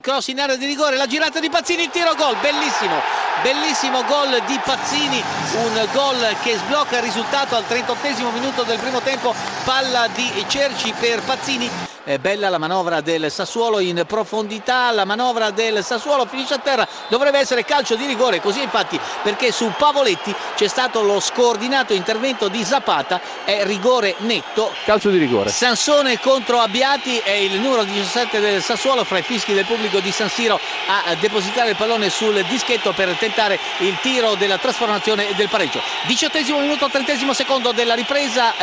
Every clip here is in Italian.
Cross in area di rigore, la girata di Pazzini, il tiro, gol, bellissimo gol di Pazzini, un gol che sblocca il risultato al 38esimo minuto del primo tempo, palla di Cerci per Pazzini. È bella la manovra del Sassuolo in profondità, la manovra del Sassuolo finisce a terra, dovrebbe essere calcio di rigore, così infatti, perché su Pavoletti c'è stato lo scordinato intervento di Zapata, è rigore netto. Calcio di rigore. Sansone contro Abbiati, è il numero 17 del Sassuolo fra i fischi del pubblico di San Siro a depositare il pallone sul dischetto per tentare il tiro della trasformazione e del pareggio. 18esimo minuto, 30esimo secondo della ripresa,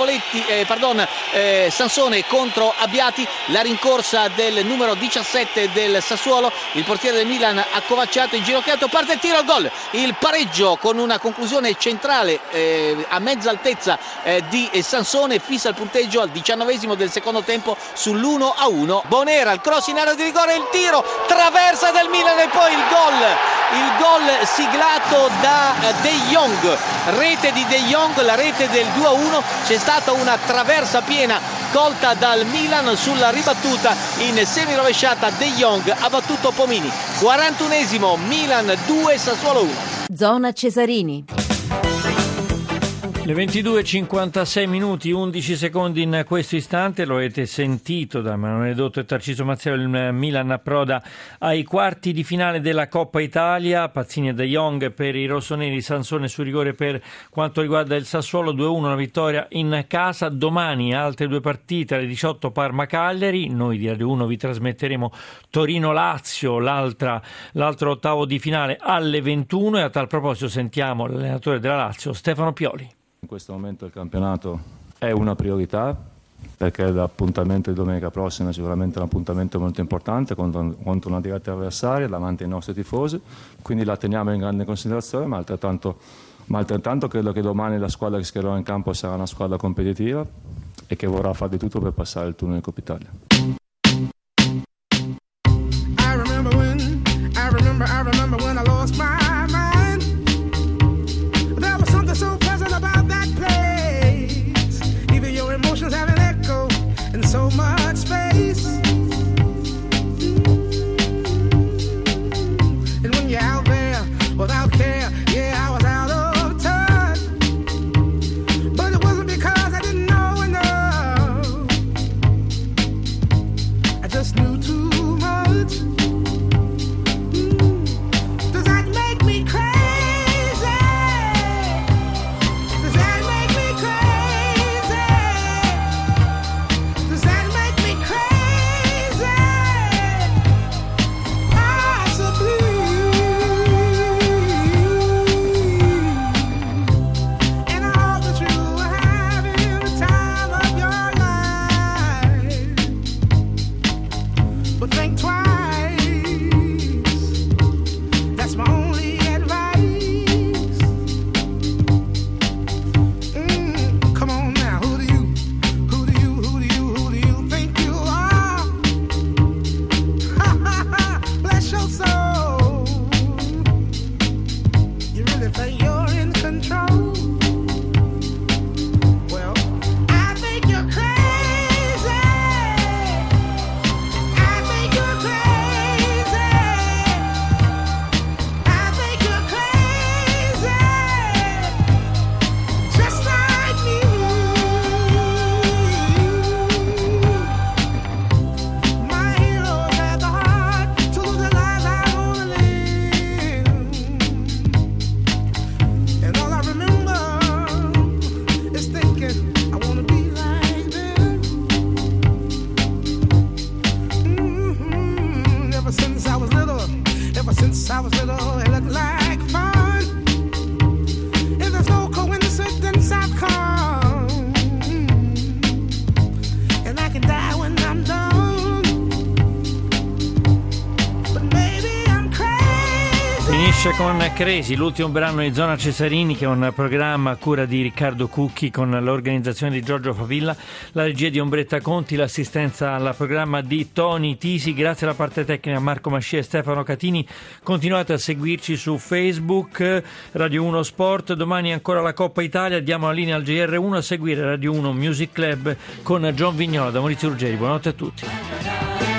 Sansone contro Abbiati, la rincorsa del numero 17 del Sassuolo, il portiere del Milan accovacciato, inginocchiato, parte il tiro, gol, il pareggio con una conclusione centrale a mezza altezza di Sansone, fissa il punteggio al 19esimo del secondo tempo sull'1-1. Bonera, il cross in area di rigore, il tiro, traversa del Milan e poi il gol siglato da De Jong, rete di De Jong, la rete del 2-1, c'è stata una traversa piena colta dal Milan sulla ribattuta in semirovesciata. De Jong ha battuto Pomini. 41esimo, Milan 2, Sassuolo 1. Zona Cesarini. Le 22:56 minuti, 11 secondi in questo istante, lo avete sentito da Emanuele Dotto e Tarcisio Mazzeo, il Milan approda ai quarti di finale della Coppa Italia, Pazzini e De Jong per i rossoneri, Sansone su rigore per quanto riguarda il Sassuolo, 2-1 una vittoria in casa. Domani altre due partite, alle 18 Parma-Cagliari, noi di Radio 1 vi trasmetteremo Torino-Lazio, l'altro ottavo di finale alle 21 e a tal proposito sentiamo l'allenatore della Lazio, Stefano Pioli. In questo momento il campionato è una priorità perché l'appuntamento di domenica prossima è sicuramente un appuntamento molto importante contro una diretta avversaria davanti ai nostri tifosi, quindi la teniamo in grande considerazione, ma altrettanto credo che domani la squadra che schiererà in campo sarà una squadra competitiva e che vorrà fare di tutto per passare il turno di Coppa Italia. I remember when I lost my mind. There was something so pleasant about that place. Even your emotions have an echo in so much space. And when you're out there without care, yeah, I was out of touch. But it wasn't because I didn't know enough. I just knew too much. Con Crazy, l'ultimo brano di Zona Cesarini, che è un programma a cura di Riccardo Cucchi con l'organizzazione di Giorgio Favilla, la regia di Ombretta Conti, l'assistenza al programma di Tony Tisi, grazie alla parte tecnica Marco Mascia e Stefano Catini. Continuate a seguirci su Facebook, Radio 1 Sport, domani ancora la Coppa Italia, diamo la linea al GR1, a seguire Radio 1 Music Club con John Vignola da Maurizio Ruggeri. Buonanotte a tutti.